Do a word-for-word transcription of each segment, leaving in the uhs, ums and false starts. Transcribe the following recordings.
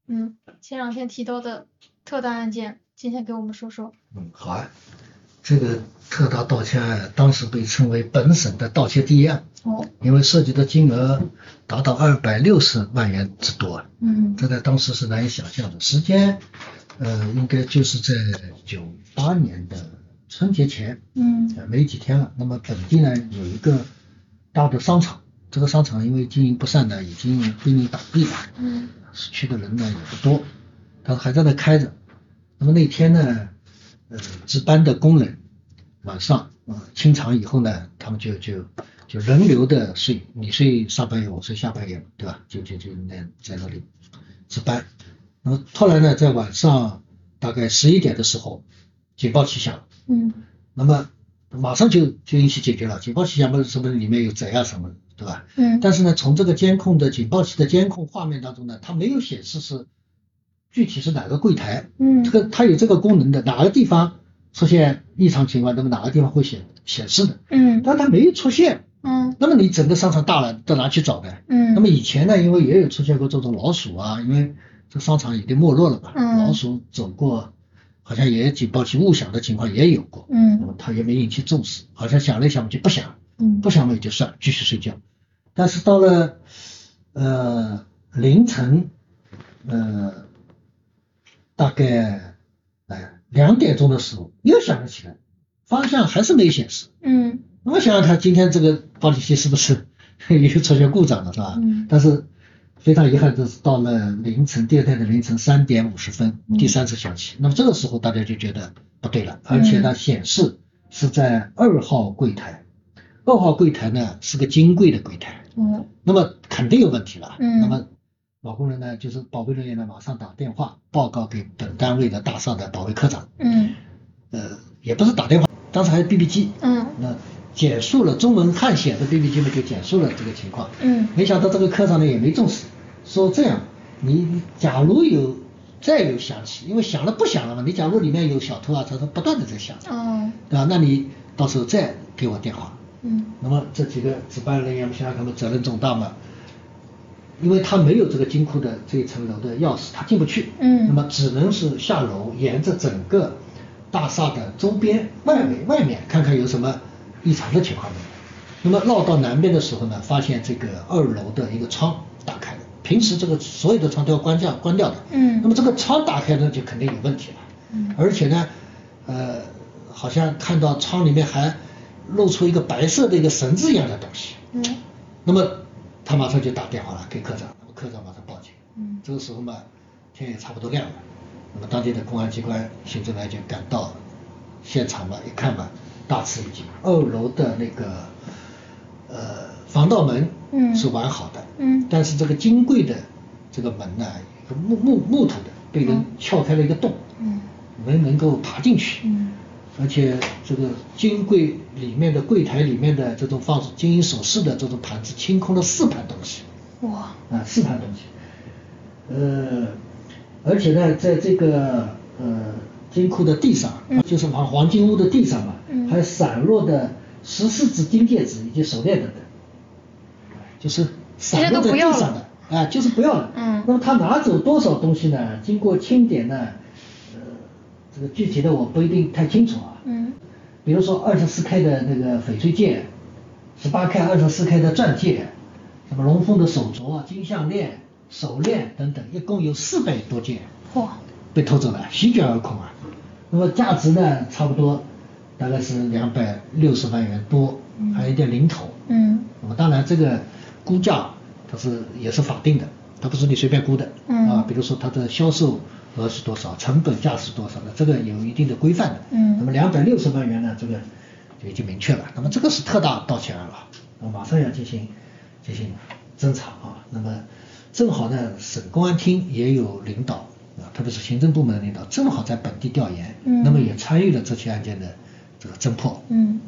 嗯，前两天提到的特大案件，今天给我们说说。 嗯，好啊。这个特大盗窃案当时被称为本省的盗窃第一案， 哦， 因为涉及的金额达到二百六十万元之多啊。 嗯， 这在当时是难以想象的。时间，呃，应该就是在九八年的春节前， 嗯， 呃，没几天了。那么本地呢有一个大的商场，这个商场因为经营不善呢，已经濒临倒闭了， 嗯， 市区的人呢也不多，但是还在那开着。那么那天呢，呃，值班的工人晚上啊、呃、清场以后呢，他们就就就轮流的睡，你睡上半夜，我睡下半夜，对吧？就就就那在那里值班。那么突然呢，在晚上大概十一点的时候，警报器响了。 嗯， 那么马上就就引起解决了。警报器响不是什么里面有贼啊什么的，对吧？ 嗯， 但是呢，从这个监控的警报器的监控画面当中呢，它没有显示是具体是哪个柜台。 嗯， 这个它有这个功能的，哪个地方出现异常情况，那么哪个地方会显显示的。 嗯， 但它没有出现。 嗯， 那么你整个商场大了，到哪去找呢？ 嗯， 那么以前呢，因为也有出现过这种老鼠啊，因为这商场已经没落了嘛， 嗯， 老鼠走过，好像也警报器误响的情况也有过。 嗯， 那么他也没引起重视，好像响了一响就不响， 嗯，不响了也就算，继续睡觉。但是到了呃凌晨呃大概哎两点钟的时候又响了起来，方向还是没显示。 嗯， 那么想想看，今天这个报警器是不是又出现故障了，是吧？ 嗯， 但是非常遗憾的是，到了凌晨第二天的凌晨三点五十分，第三次响起。那么这个时候大家就觉得不对了，而且呢，显示是在二号柜台，二号柜台呢是个金柜的柜台。 嗯， 那么肯定有问题了。 嗯， 那么老工人呢，就是保卫人员呢，马上打电话报告给本单位的大厦的保卫科长。 嗯， 呃，也不是打电话，当时还是 B B 机。 嗯， 那简述了中文汉显的 B B 机呢，就简述了这个情况。 嗯， 没想到这个科长呢也没重视，说这样，你假如有再有响起，因为响了不响了嘛，你假如里面有小偷啊，他说不断的在响， 哦， 对吧？那你到时候再给我电话。 嗯， 那么这几个值班人员，想想他们责任重大嘛，因为他没有这个金库的这一层楼的钥匙，他进不去。 嗯， 那么只能是下楼，沿着整个大厦的周边外围外面看看有什么异常的情况没有。那么绕到南边的时候呢，发现这个二楼的一个窗打开了，平时这个所有的窗都要关掉关掉的。 嗯， 那么这个窗打开呢，就肯定有问题了。 嗯， 而且呢，呃，好像看到窗里面还露出一个白色的一个绳子一样的东西。 嗯， 那么他马上就打电话了给科长，那么科长马上报警。 嗯， 这个时候嘛，天也差不多亮了，那么当地的公安机关行政来就赶到现场嘛，一看嘛，大吃一惊，二楼的那个呃防盗门是完好的。 嗯， 但是这个金柜的这个门呢，一个木木木头的，被人撬开了一个洞。 嗯， 没能够爬进去。 嗯， 而且这个金柜里面的柜台里面的这种放金银首饰的这种盘子清空了四盘东西。 哇， 啊，四盘东西。呃，而且呢，在这个呃金库的地上， 嗯、 就是黄黄金屋的地上嘛， 嗯、 还散落的十四只金戒指以及手链等等，就是散落在地上的，啊，就是不要了。 嗯。 那么他拿走多少东西呢？经过清点呢，呃，这个具体的我不一定太清楚啊。 嗯。 比如说二十四 K 的那个翡翠戒，十八 K、二十四 K 的钻戒，什么龙凤的手镯、金项链、手链等等，一共有四百多件。 哇！ 被偷走了，席卷而空啊。那么价值呢，差不多大概是两百六十万元多， 嗯、 还有一点零头。 嗯。 那么当然这个估价它是也是法定的，它不是你随便估的。 嗯。 啊，比如说它的销售额是多少，成本价是多少的，这个有一定的规范的。 嗯。 那么两百六十万元呢，这个就已经明确了。那么这个是特大盗窃案了，那马上要进行进行侦查啊。那么正好呢，省公安厅也有领导啊，特别是行政部门的领导，正好在本地调研， 嗯， 那么也参与了这起案件的这个侦破。 嗯。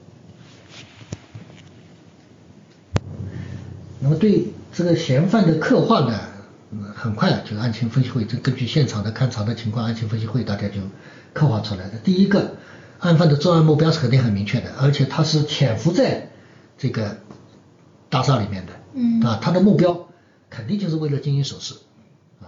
那么对这个嫌犯的刻画呢，嗯，很快就案情分析会，就根据现场的勘查的情况，案情分析会大家就刻画出来的。第一个，案犯的作案目标是肯定很明确的，而且他是潜伏在这个大厦里面的。 嗯。 啊，他的目标肯定就是为了金银首饰，啊，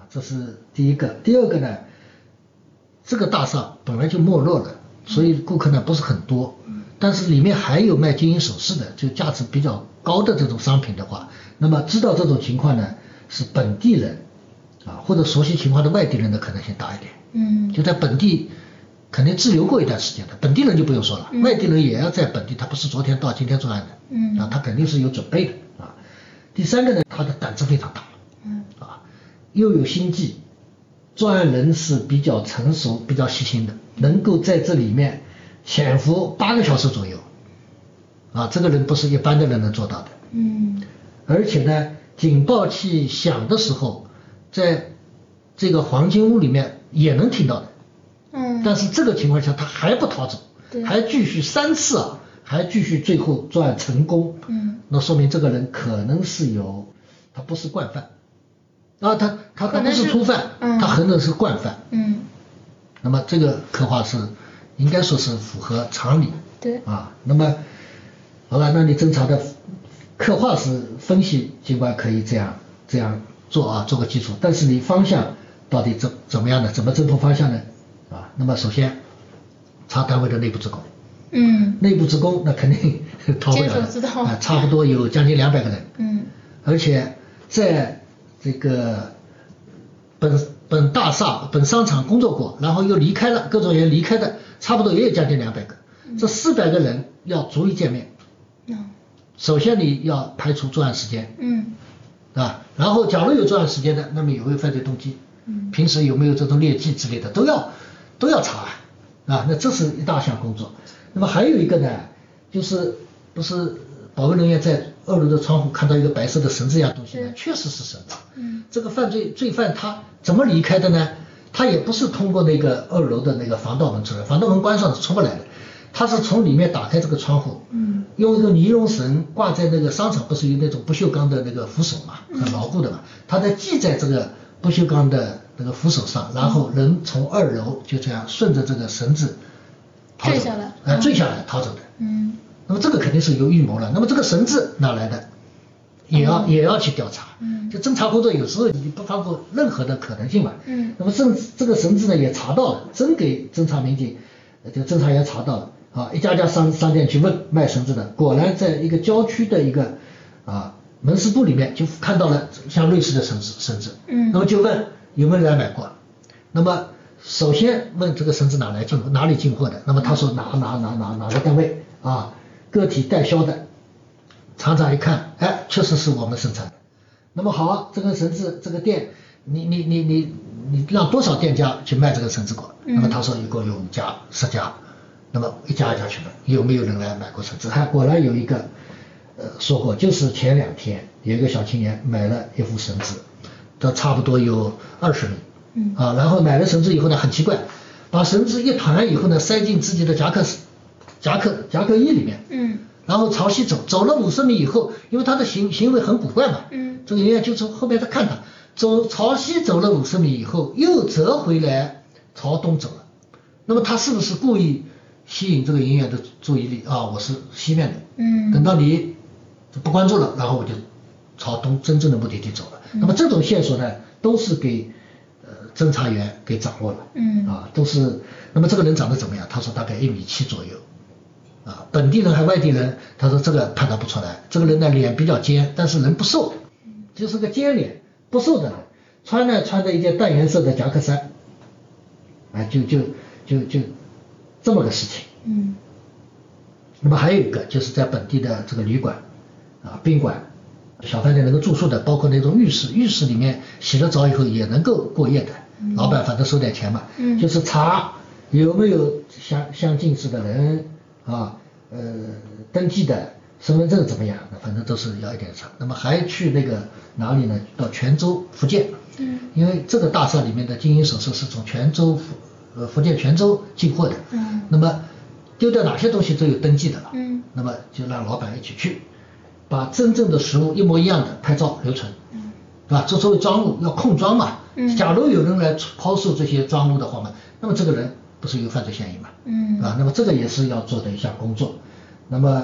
这是第一个。第二个呢，这个大厦本来就没落了，所以顾客呢不是很多，但是里面还有卖金银首饰的，就价值比较高的这种商品的话，那么知道这种情况呢，是本地人啊或者熟悉情况的外地人的可能性大一点。 嗯， 就在本地肯定滞留过一段时间的，本地人就不用说了， 嗯、 外地人也要在本地，他不是昨天到今天作案的， 嗯啊，他肯定是有准备的啊。第三个呢，他的胆子非常大， 嗯啊，又有心计，作案人是比较成熟、比较细心的，能够在这里面潜伏八个小时左右，啊，这个人不是一般的人能做到的， 嗯， 而且呢，警报器响的时候，在这个黄金屋里面也能听到的， 嗯， 但是这个情况下他还不逃走， 对， 还继续三次啊，还继续最后作案成功， 嗯， 那说明这个人可能是有，他不是惯犯，啊，他他他不是初犯， 嗯、 他可能是惯犯， 嗯， 那么这个刻画是应该说是符合常理， 对， 啊，那么好了，那你侦查的刻画是分析，尽管可以这样这样做啊，做个基础，但是你方向到底怎怎么样呢？怎么侦破方向呢？啊，那么首先查单位的内部职工， 嗯， 内部职工那肯定逃不了的，啊，差不多有将近两百个人， 嗯， 而且在这个本本大厦本商场工作过，然后又离开了，各种人离开的，差不多也有将近两百个， 嗯、 这四百个人要逐一见面， 嗯， 首先你要排除作案时间， 嗯， 啊，然后假如有作案时间的，那么有没有犯罪动机？ 嗯， 平时有没有这种劣迹之类的都要都要查啊，那这是一大项工作。那么还有一个呢，就是不是保卫人员在二楼的窗户看到一个白色的绳子一样东西呢？确实是绳子。 嗯， 这个犯罪罪犯他怎么离开的呢？他也不是通过那个二楼的那个防盗门出来，防盗门关上是出不来的，他是从里面打开这个窗户， 嗯， 用一个尼龙绳挂在那个商场不是有那种不锈钢的那个扶手嘛，很牢固的嘛，他在系在这个不锈钢的那个扶手上，然后人从二楼就这样顺着这个绳子逃走， 坠下来， 呃，坠下来逃走的。 嗯， 那么这个肯定是有预谋了。那么这个绳子哪来的，也要、 嗯、 也要去调查。 嗯， 就侦查工作有时候你不放过任何的可能性嘛。 嗯， 那么这这个绳子呢也查到了，真给侦查民警，就侦查员查到了啊，一家家商商店去问卖绳子的，果然在一个郊区的一个啊门市部里面就看到了像类似的绳子绳子。 嗯， 那么就问有没有人来买过，那么首先问这个绳子哪来进哪里进货的，那么他说哪哪哪哪哪个单位啊，个体代销的，厂长一看，哎，确实是我们生产的。那么好，这根绳子这个店，你你你你你让多少店家去卖这个绳子过？那么他说一共有五家十家，那么一家一家去问有没有人来买过绳子，还果然有一个呃说过，就是前两天有一个小青年买了一副绳子，这差不多有二十米。 嗯啊，然后买了绳子以后呢，很奇怪，把绳子一团以后呢，塞进自己的夹克夹克夹克衣里面， 嗯， 然后朝西走，走了五十米以后，因为他的行行为很古怪嘛， 嗯，这个营业员就从后面在看他，走朝西走了五十米以后，又折回来朝东走了，那么他是不是故意吸引这个营业员的注意力啊？我是西面的， 嗯， 等到你不关注了，然后我就朝东真正的目的地走了。 嗯、 那么这种线索呢，都是给侦查员给掌握了， 嗯， 啊，都是，那么这个人长得怎么样？他说大概一米七左右，啊，本地人还外地人，他说这个判断不出来。这个人呢脸比较尖，但是人不瘦，就是个尖脸，不瘦的人，穿呢穿着一件淡颜色的夹克衫，啊，就就就就这么个事情。 嗯， 那么还有一个就是在本地的这个旅馆，啊，宾馆。小饭店能够住宿的，包括那种浴室，浴室里面洗了澡以后也能够过夜的， 嗯、 老板反正收点钱嘛， 嗯、 就是查有没有相相近视的人啊，呃，登记的身份证怎么样，反正都是要一点查。那么还去那个哪里呢？到泉州福建， 嗯， 因为这个大厦里面的金银首饰是从泉州福呃福建泉州进货的， 嗯， 那么丢掉哪些东西都有登记的了， 嗯， 那么就让老板一起去。把真正的实物一模一样的拍照留存， 嗯， 对吧？这作为赃物要控赃嘛， 嗯， 假如有人来抛售这些赃物的话嘛，那么这个人不是有犯罪嫌疑嘛， 嗯， 啊，那么这个也是要做的一项工作。那么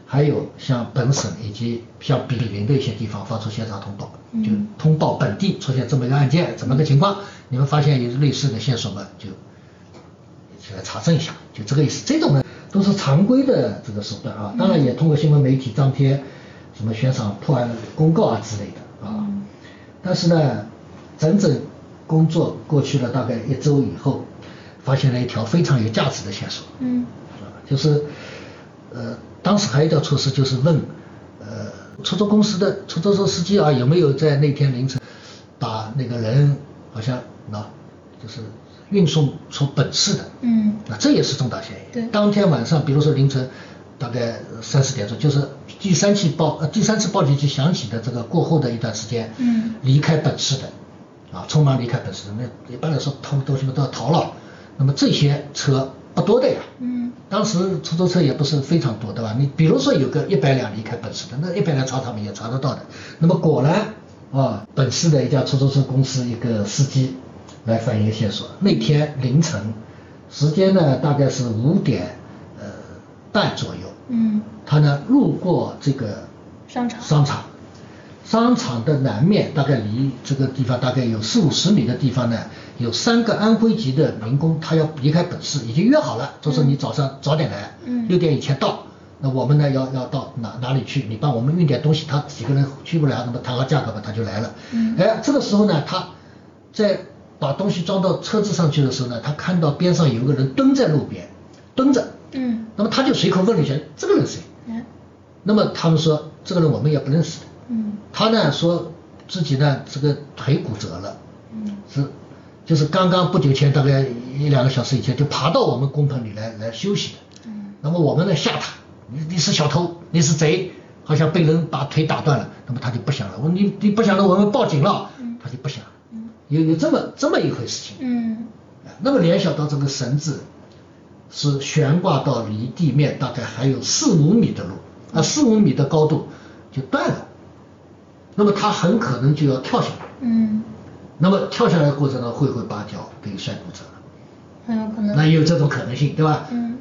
还有像本省以及像毗邻的一些地方发出协查通报， 嗯、 就通报本地出现这么一个案件，怎么个情况，你们发现有类似的线索吗？就起来查证一下，就这个意思。这种呢都是常规的这个手段啊，当然也通过新闻媒体张贴什么悬赏破案公告啊之类的啊。 嗯、 但是呢，整整工作过去了大概一周以后，发现了一条非常有价值的线索。 嗯， 就是呃，当时还有一条措施就是问呃出租公司的出租车司机啊有没有在那天凌晨把那个人好像啊就是运送出本市的。 嗯， 那这也是重大嫌疑。 对，当天晚上比如说凌晨大概三四点钟，就是第三起报呃第三次报警器响起的这个过后的一段时间， 嗯， 离开本市的啊，匆忙离开本市的，那一般来说偷东西们都要逃了，那么这些车不多的呀。 嗯， 当时出租车也不是非常多，对吧？你比如说有个一百辆离开本市的，那一百辆查他们也查得到的。那么果然啊，本市的一家出租车公司一个司机来反映线索，那天凌晨，时间呢大概是五点呃半左右， 嗯， 他呢路过这个商场， 商场，商场的南面大概离这个地方大概有四五十米的地方呢，有三个安徽籍的民工，他要离开本市，已经约好了，就说你早上早点来， 嗯， 六点以前到。那我们呢要要到哪哪里去？你帮我们运点东西，他几个人去不了，那么谈好价格吧，他就来了。 嗯， 哎，这个时候呢，他在把东西装到车子上去的时候呢，他看到边上有个人蹲在路边，蹲着。 嗯， 那么他就随口问了一下，这个人谁？ 嗯， 那么他们说这个人我们也不认识的。 嗯， 他呢说自己呢这个腿骨折了。 嗯， 是就是刚刚不久前大概一两个小时以前就爬到我们工棚里来来休息的。 嗯， 那么我们呢吓他，你你是小偷，你是贼，好像被人把腿打断了，那么他就不想了，我你你不想了，我们报警了， 嗯， 他就不想了。 嗯， 有有这么这么一回事情。 嗯， 那么联想到这个绳子是悬挂到离地面大概还有四五米的路，啊四五米的高度就断了，那么他很可能就要跳下来。 嗯， 那么跳下来的过程中会不会把脚给摔骨折了？ 很有可能。 那也有这种可能性，对吧？ 嗯。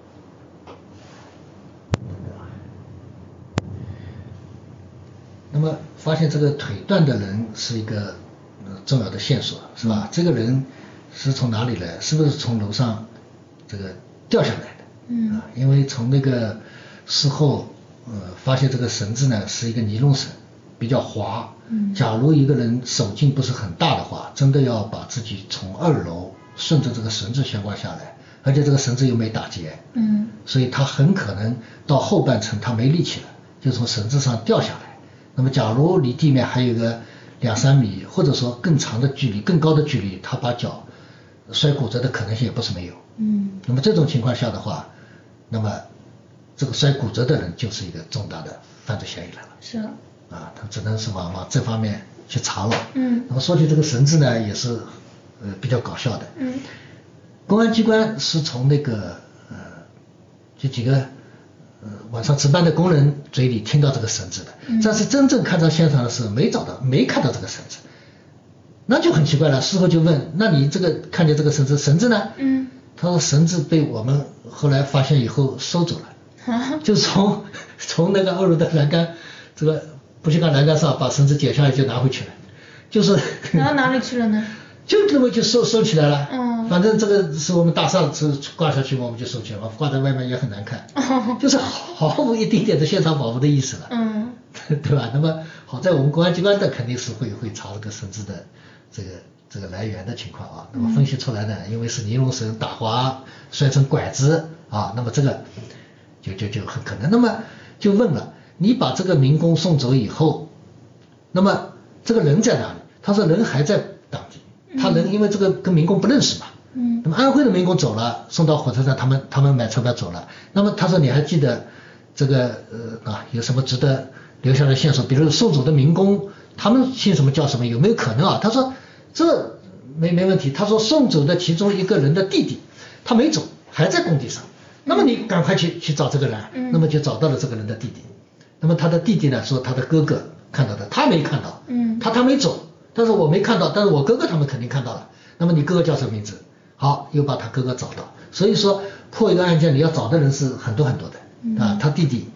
那么发现这个腿断的人是一个呃重要的线索，是吧？这个人是从哪里来？是不是从楼上这个掉下来的？ 嗯。 啊，因为从那个事后呃发现这个绳子呢是一个尼龙绳，比较滑。 嗯。 假如一个人手劲不是很大的话，真的要把自己从二楼顺着这个绳子悬挂下来，而且这个绳子又没打结。 嗯。 所以他很可能到后半程他没力气了，就从绳子上掉下来。那么假如离地面还有个两三米，或者说更长的距离、更高的距离，他把脚摔骨折的可能性也不是没有。 嗯。 那么这种情况下的话，那么这个摔骨折的人就是一个重大的犯罪嫌疑人了。 是。 啊，他只能是往往这方面去查了。 嗯。 那么说起这个绳子呢，也是呃比较搞笑的。 嗯。 公安机关是从那个呃这几个呃晚上值班的工人嘴里听到这个绳子的， 嗯、 但是真正看到现场的时候没找到，没看到这个绳子，那就很奇怪了。事后就问，那你这个看见这个绳子，绳子呢？ 嗯。 他说绳子被我们后来发现以后收走了， 啊、 就从从那个二楼的栏杆，这个不锈钢栏杆上把绳子解下来就拿回去了，就是拿到哪里去了呢？ 就这么就收收起来了。 嗯。 反正这个是我们大厦是挂下去，我们就收起来了，挂在外面也很难看， 哦、 就是毫无一丁点的现场保护的意思了。 嗯。 对吧？那么好在我们公安机关的肯定是会会查这个绳子的这个这个来源的情况啊。那么分析出来呢，因为是尼龙绳打滑摔成拐子啊，那么这个就就就很可能。那么就问了，你把这个民工送走以后，那么这个人在哪里？他说人还在当地，他人因为这个跟民工不认识嘛。 嗯。 那么安徽的民工走了，送到火车站，他们他们买车票走了。那么他说你还记得这个呃啊有什么值得留下的线索？比如送走的民工，他们姓什么叫什么？有没有可能啊？他说这没没问题。他说送走的其中一个人的弟弟，他没走，还在工地上。那么你赶快去去找这个人， 嗯、 那么就找到了这个人的弟弟。那么他的弟弟呢说他的哥哥看到的，他没看到， 嗯， 他他没走，但是我没看到，但是我哥哥他们肯定看到了。那么你哥哥叫什么名字？好，又把他哥哥找到。所以说破一个案件你要找的人是很多很多的， 嗯、 啊，他弟弟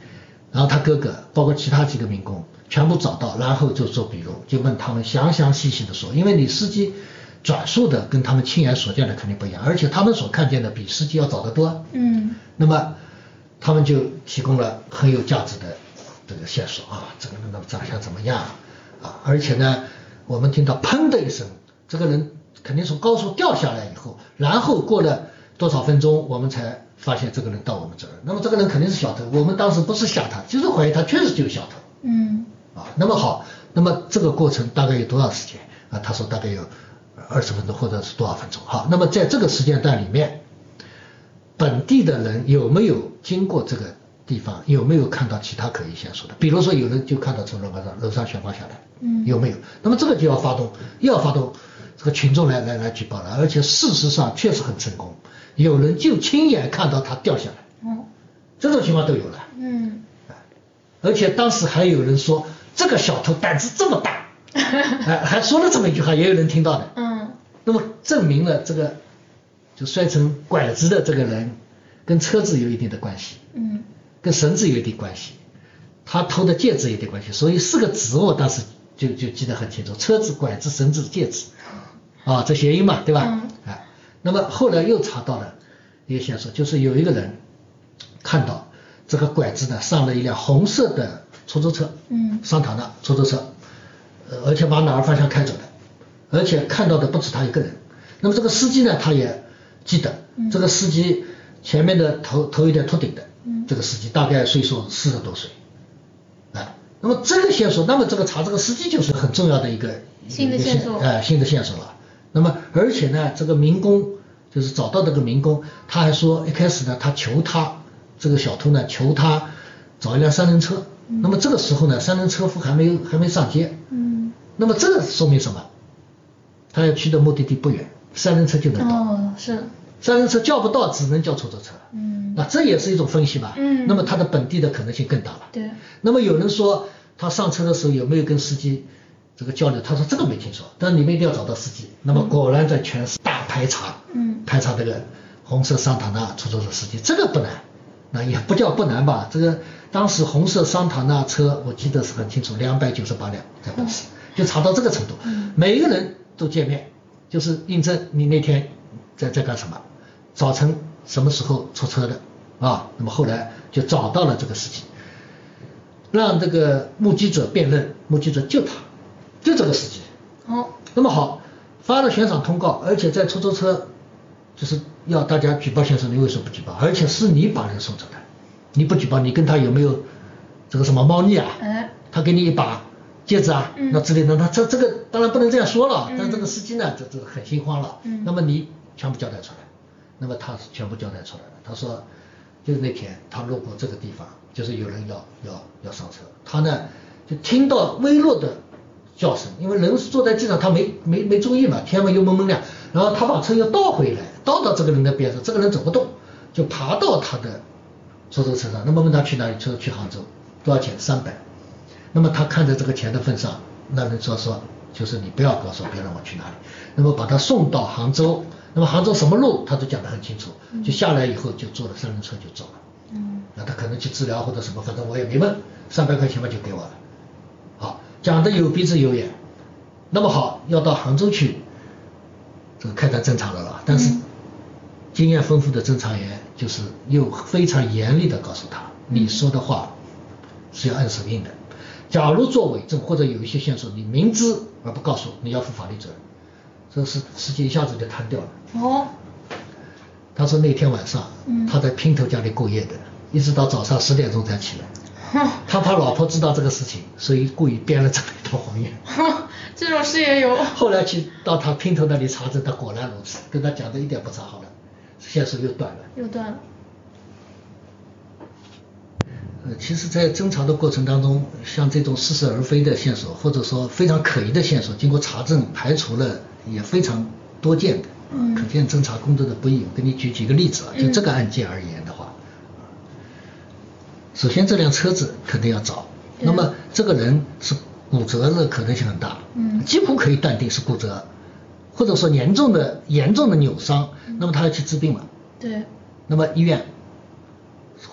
然后他哥哥包括其他几个民工全部找到，然后就做笔录，就问他们详详细细的说，因为你司机转述的跟他们亲眼所见的肯定不一样，而且他们所看见的比司机要早得多。 嗯， 那么他们就提供了很有价值的这个线索啊，这个人的长相怎么样啊？而且呢，我们听到砰的一声，这个人肯定从高处掉下来以后，然后过了多少分钟，我们才发现这个人到我们这儿。那么这个人肯定是小偷，我们当时不是吓他，就是怀疑他确实就是小偷。 嗯， 啊，那么好，那么这个过程大概有多少时间啊？他说大概有二十分钟或者是多少分钟。好，那么在这个时间段里面，本地的人有没有经过这个地方，有没有看到其他可疑线索的？比如说有人就看到从楼上楼上悬挂下来， 嗯， 有没有？那么这个就要发动，又要发动这个群众来来来举报了，而且事实上确实很成功，有人就亲眼看到他掉下来， 哦， 这种情况都有了。 嗯， 而且当时还有人说这个小偷胆子这么大，还还说了这么一句话，也有人听到的。 嗯， 那么证明了这个就摔成拐子的这个人跟车子有一定的关系， 嗯， 跟绳子有一定关系，他偷的戒指有一定关系，所以四个子我当时就就记得很清楚，车子、拐子、绳子、戒指，啊，这谐音嘛，对吧？ 嗯， 啊，那么后来又查到了一个线索，就是有一个人看到这个拐子呢上了一辆红色的出租车， 嗯， 桑塔纳出租车，呃，而且往哪儿方向开走的，而且看到的不止他一个人。那么这个司机呢，他也记得， 嗯， 这个司机前面的头头有点秃顶的， 嗯，这个司机大概岁数四十多岁，啊，那么这个线索，那么这个查这个司机就是很重要的一个新的线索， 哎、呃，新的线索了。那么而且呢，这个民工就是找到这个民工，他还说一开始呢，他求他这个小偷呢求他找一辆三轮车， 嗯， 那么这个时候呢，三轮车夫还没有还没上街， 嗯， 那么这说明什么？他要去的目的地不远，三轮车就能到。 哦，是。 三轮车叫不到，只能叫出租车。 嗯， 那这也是一种分析吧。 嗯， 那么他的本地的可能性更大了。 对。 那么有人说他上车的时候有没有跟司机这个交流？他说这个没听说，但你们一定要找到司机。那么果然在全市大排查， 嗯， 排查这个红色桑塔纳出租车司机，这个不难，那也不叫不难吧？这个当时红色桑塔纳车我记得是很清楚，两百九十八辆在本市，就查到这个程度。 嗯， 每一个人都见面，就是印证你那天在在干什么。早晨什么时候出车的啊？那么后来就找到了这个司机，让这个目击者辨认，目击者就他，就这个司机。 哦， 那么好，发了悬赏通告，而且在出租车就是要大家举报线索，你为什么不举报？而且是你把人送走的，你不举报，你跟他有没有这个什么猫腻啊？ 哎， 他给你一把戒指啊， 嗯， 那之类的，那这这个当然不能这样说了， 嗯， 但这个司机呢，这这很心慌了。 嗯， 那么你全部交代出来。那么他是全部交代出来了。他说，就是那天他路过这个地方，就是有人要要要上车，他呢就听到微弱的叫声，因为人是坐在地上，他没没没注意嘛，天嘛又蒙蒙亮，然后他把车又倒回来，倒到这个人的边上，这个人走不动，就爬到他的出租车上。那么问他去哪里，说去杭州，多少钱？三百。那么他看在这个钱的份上，那人说说，就是你不要告诉我，别让我去哪里。那么把他送到杭州。那么杭州什么路他都讲得很清楚，就下来以后就坐了三轮车就走了。 嗯， 那他可能去治疗或者什么，反正我也没问，三百块钱嘛就给我了。好，讲的有鼻子有眼。那么好，要到杭州去，这个开展侦查了了。但是经验丰富的侦查员就是又非常严厉的告诉他，你说的话是要按手印的。假如做伪证或者有一些线索，你明知而不告诉，你要负法律责任。这司司机一下子就瘫掉了。 哦， 他说那天晚上， 嗯， 他在姘头家里过夜的，一直到早上十点钟才起来。他怕老婆知道这个事情，所以故意编了这么一套谎言。 这种事也有。 后来去到他姘头那里查证，他果然如此，跟他讲的一点不差。好了，线索又断了。 又断了。 呃，其实，在侦查的过程当中，像这种似是而非的线索，或者说非常可疑的线索，经过查证排除了，也非常多见的。 嗯， 可见侦查工作的不易。我给你举几个例子啊，就这个案件而言的话，嗯、首先这辆车子肯定要找，那么这个人是骨折的可能性很大， 嗯， 几乎可以断定是骨折，或者说严重的严重的扭伤， 嗯、 那么他要去治病嘛， 对， 那么医院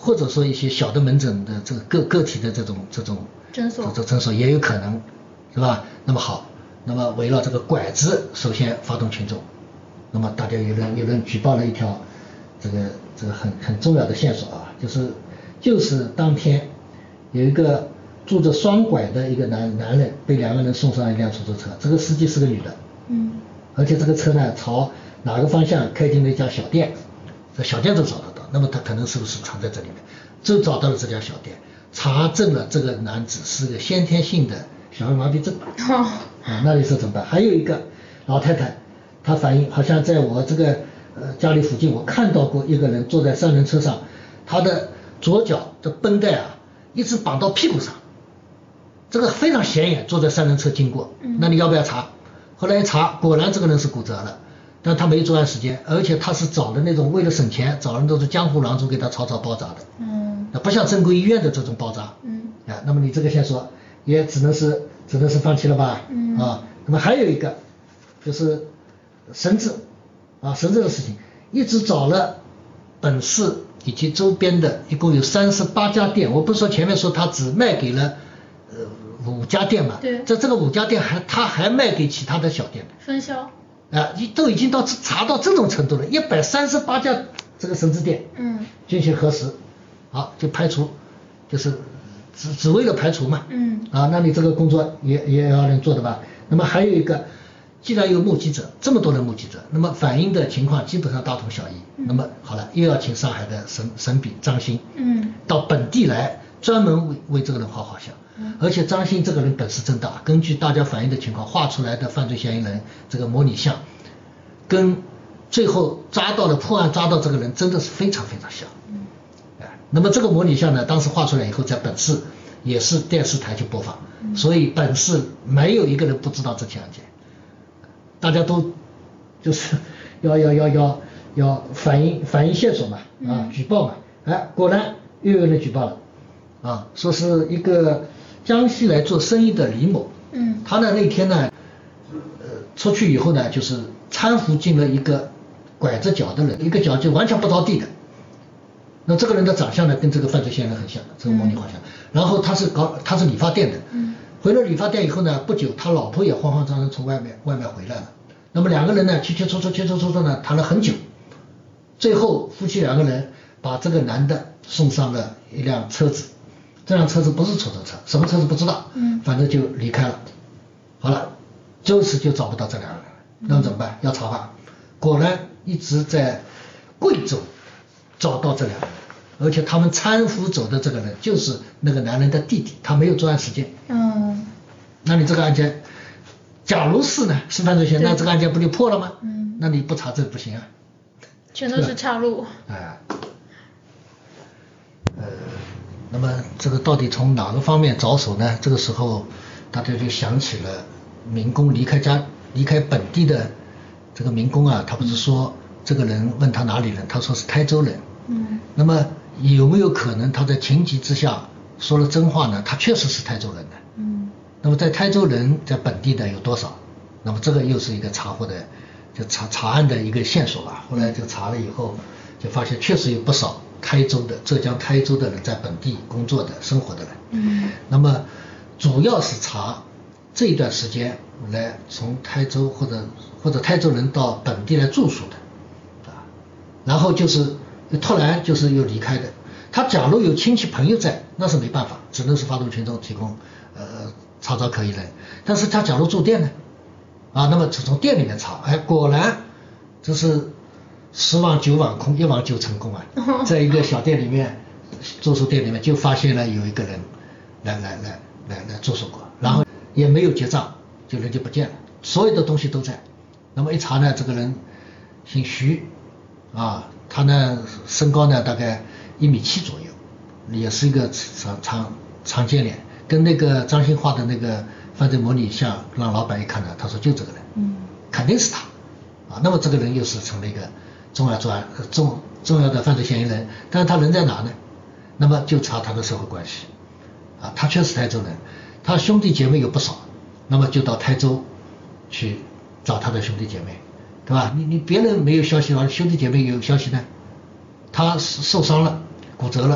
或者说一些小的门诊的这个个个体的这种这种诊所， 这诊所也有可能，是吧？那么好，那么围绕这个拐子，首先发动群众，那么大家有人有人举报了一条这个这个很很重要的线索啊，就是就是当天有一个拄着双拐的一个男男人被两个人送上一辆出租车，这个司机是个女的， 嗯， 而且这个车呢朝哪个方向开进了一家小店，这小店都找得到，那么他可能是不是藏在这里面？就找到了这家小店，查证了这个男子是个先天性的小儿麻痹症。 哦， 啊，那你说怎么办？还有一个老太太，她反映好像在我这个呃家里附近，我看到过一个人坐在三轮车上，他的左脚的绷带啊一直绑到屁股上，这个非常显眼，坐在三轮车经过，那你要不要查？后来一查，果然这个人是骨折了，但他没作案时间，而且他是找的那种为了省钱，找人都是江湖郎中给他草草包扎的，嗯，那不像正规医院的这种包扎，嗯，啊，那么你这个线索也只能是只能是放弃了吧，嗯，啊，那么还有一个就是绳子，啊，绳子的事情，一直找了本市以及周边的一共有三十八家店，我不是说前面说他只卖给了呃五家店嘛， 对， 这这个五家店还他还卖给其他的小店， 分销， 啊，都已经到查到这种程度了，一百三十八家这个绳子店，嗯，进行核实，好就排除，就是只只为了排除嘛，嗯，啊，那你这个工作也也要人做的吧？那么还有一个，既然有目击者，这么多人目击者，那么反映的情况基本上大同小异，嗯、那么好了，又要请上海的审审比张欣，嗯，到本地来专门为为这个人画画像。而且张欣这个人本事真大，根据大家反映的情况画出来的犯罪嫌疑人这个模拟像，跟最后抓到的破案抓到这个人真的是非常非常像。嗯，哎，那么这个模拟像呢，当时画出来以后，在本市也是电视台去播放，嗯、所以本市没有一个人不知道这起案件，大家都就是要要要要要反映反映线索嘛，啊，举报嘛，哎，果然又有人举报了，啊，说是一个江西来做生意的李某，嗯，他呢那天呢，呃，出去以后呢，就是搀扶进了一个拐着脚的人，一个脚就完全不着地的。那这个人的长相呢，跟这个犯罪嫌疑人很像，这个模拟画像。嗯、然后他是搞他是理发店的，嗯，回了理发店以后呢，不久他老婆也慌慌张张从外面外面回来了。那么两个人呢，切切磋磋，切磋磋磋呢，谈了很久，最后夫妻两个人把这个男的送上了一辆车子。这辆车子不是出租车，什么车子不知道，嗯，反正就离开了。好了，就是就找不到这两个人了，那么怎么办？要查办。果然一直在贵州找到这两个人，而且他们搀扶走的这个人就是那个男人的弟弟，他没有作案时间。嗯，那你这个案件，假如是呢，是犯罪嫌疑，那这个案件不就破了吗？嗯，那你不查证不行啊。 全都是岔路。 哎，呃。那么这个到底从哪个方面着手呢？这个时候大家就想起了民工离开家离开本地的这个民工啊，他不是说这个人问他哪里人，他说是台州人。嗯。那么有没有可能他在情急之下说了真话呢？他确实是台州人的。嗯。那么在台州人在本地的有多少？那么这个又是一个查获的就查查案的一个线索吧。后来就查了以后，就发现确实有不少台州的浙江台州的人在本地工作的生活的人，嗯，那么主要是查这一段时间来从台州或者或者台州人到本地来住宿的，啊，然后就是突然就是又离开的。他假如有亲戚朋友在，那是没办法，只能是发动群众提供呃查找可疑人。但是他假如住店呢，啊，那么从店里面查，哎，果然这是。十网九网空，一网就成功啊！在一个小店里面，住宿店里面就发现了有一个人来来来来来住宿过，然后也没有结账，就人就不见了，所有的东西都在。那么一查呢，这个人姓徐，啊，他呢身高呢大概一米七左右，也是一个长长长尖脸，跟那个张欣画的那个犯罪模拟像，让老板一看呢，他说就这个人，嗯，肯定是他，啊，那么这个人又是成了一个重要作案重重要的犯罪嫌疑人，但是他人在哪呢？那么就查他的社会关系，啊，他确实台州人，他兄弟姐妹有不少，那么就到台州去找他的兄弟姐妹，对吧？你你别人没有消息的话，兄弟姐妹有消息呢？他受伤了，骨折了，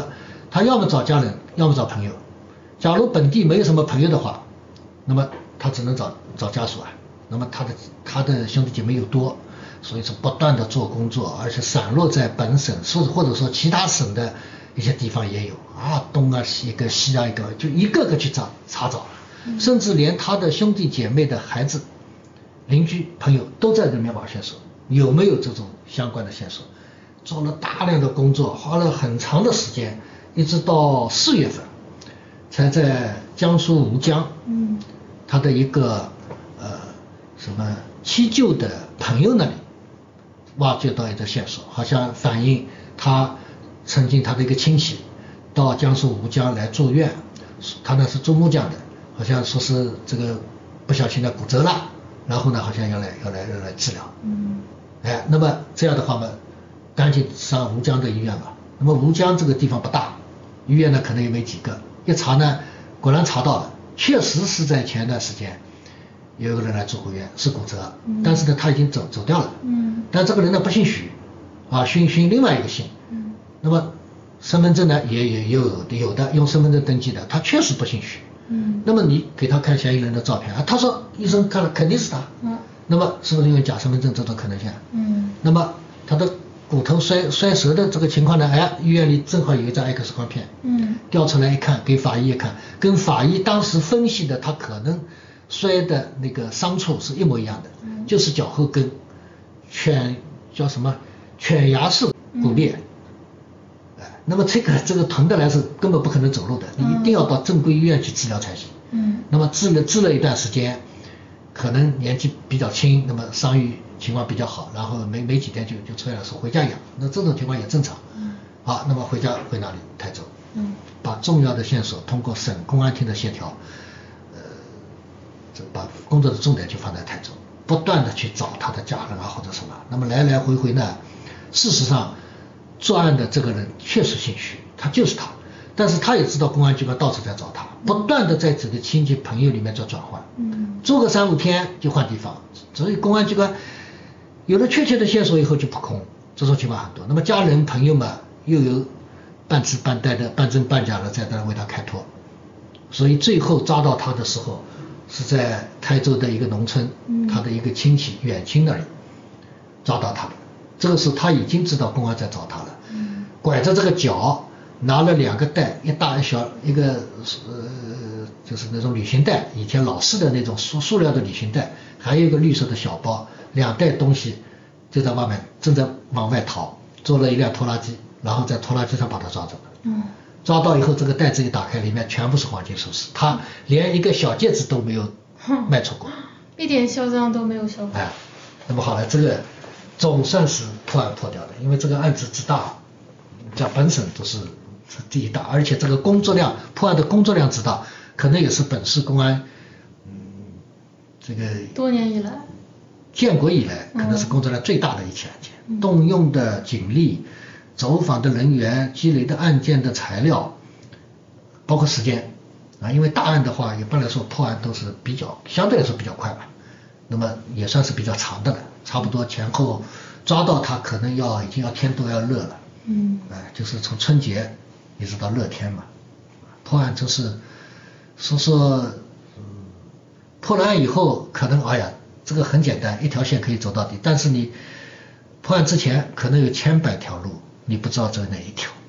他要么找家人，要么找朋友。假如本地没有什么朋友的话，那么他只能找找家属啊。那么他的他的兄弟姐妹又多，所以说不断的做工作，而且散落在本省，或或者说其他省的一些地方也有啊，东啊西一个西啊一个，就一个个去查查找，甚至连他的兄弟姐妹的孩子、邻居朋友都在人面保线索，有没有这种相关的线索？做了大量的工作，花了很长的时间，一直到四月份，才在江苏吴江，嗯，他的一个呃什么七舅的朋友那里挖掘到一个线索，好像反映他曾经他的一个亲戚到江苏吴江来住院，他呢是做木匠的，好像说是这个不小心的骨折了，然后呢好像要来要来要来治疗，嗯，哎，那么这样的话嘛，赶紧上吴江的医院吧。那么吴江这个地方不大，医院呢可能也没几个，一查呢果然查到了，确实是在前段时间有一个人来住过院，是骨折，嗯、但是呢他已经走走掉了，嗯，但这个人呢不姓许，啊姓姓另外一个姓，嗯，那么身份证呢也也有有的用身份证登记的，他确实不姓许，嗯，那么你给他看嫌疑人的照片啊，他说医生看了肯定是他，嗯，那么是不是因为假身份证这种可能性？嗯，那么他的骨头摔摔折的这个情况呢，哎，医院里正好有一张 X 光片，嗯，调出来一看，给法医一看，跟法医当时分析的他可能摔的那个伤处是一模一样的，嗯、就是脚后跟犬叫什么犬牙式骨裂，哎、嗯，那么这个这个疼的来是根本不可能走路的，你一定要到正规医院去治疗才行，嗯，那么治了治了一段时间，可能年纪比较轻，那么伤愈情况比较好，然后没没几天就就出来了，说回家养，那这种情况也正常。嗯，好，那么回家回哪里？台州。嗯，把重要的线索通过省公安厅的协调，呃，这把工作的重点就放在台州，不断的去找他的家人啊或者什么。那么来来回回呢，事实上作案的这个人确实姓许，他就是他，但是他也知道公安机关到处在找他，不断的在这个亲戚朋友里面做转换。嗯，做个三五天就换地方，所以公安机关有了确切的线索以后就扑空，这种情况很多。那么家人朋友们又有半知半呆的半真半假的在那为他开脱，所以最后抓到他的时候是在台州的一个农村，嗯、他的一个亲戚远亲那里抓到他的。这个时候他已经知道公安在找他了，嗯、拐着这个脚拿了两个袋，一大一小，一个呃就是那种旅行袋，以前老式的那种塑塑料的旅行袋，还有一个绿色的小包，两袋东西就在外面正在往外逃，坐了一辆拖拉机，然后在拖拉机上把他抓走了。嗯，抓到以后这个袋子一打开，里面全部是黄金首饰，他连一个小戒指都没有卖出过， 一点销赃都没有销过。 哎，那么好了，这个总算是破案破掉的，因为这个案子之大，在本省都是第一大，而且这个工作量破案的工作量之大，可能也是本市公安嗯这个多年以来建国以来可能是工作量最大的一起案件，嗯、动用的警力、走访的人员、积累的案件的材料，包括时间啊，因为大案的话一般来说破案都是比较相对来说比较快吧，那么也算是比较长的了，差不多前后抓到他可能要已经要天都要热了，嗯，哎，就是从春节一直到热天嘛，破案就是说说，嗯，破了案以后可能哎呀这个很简单，一条线可以走到底，但是你破案之前可能有千百条路，你不知道走哪一条。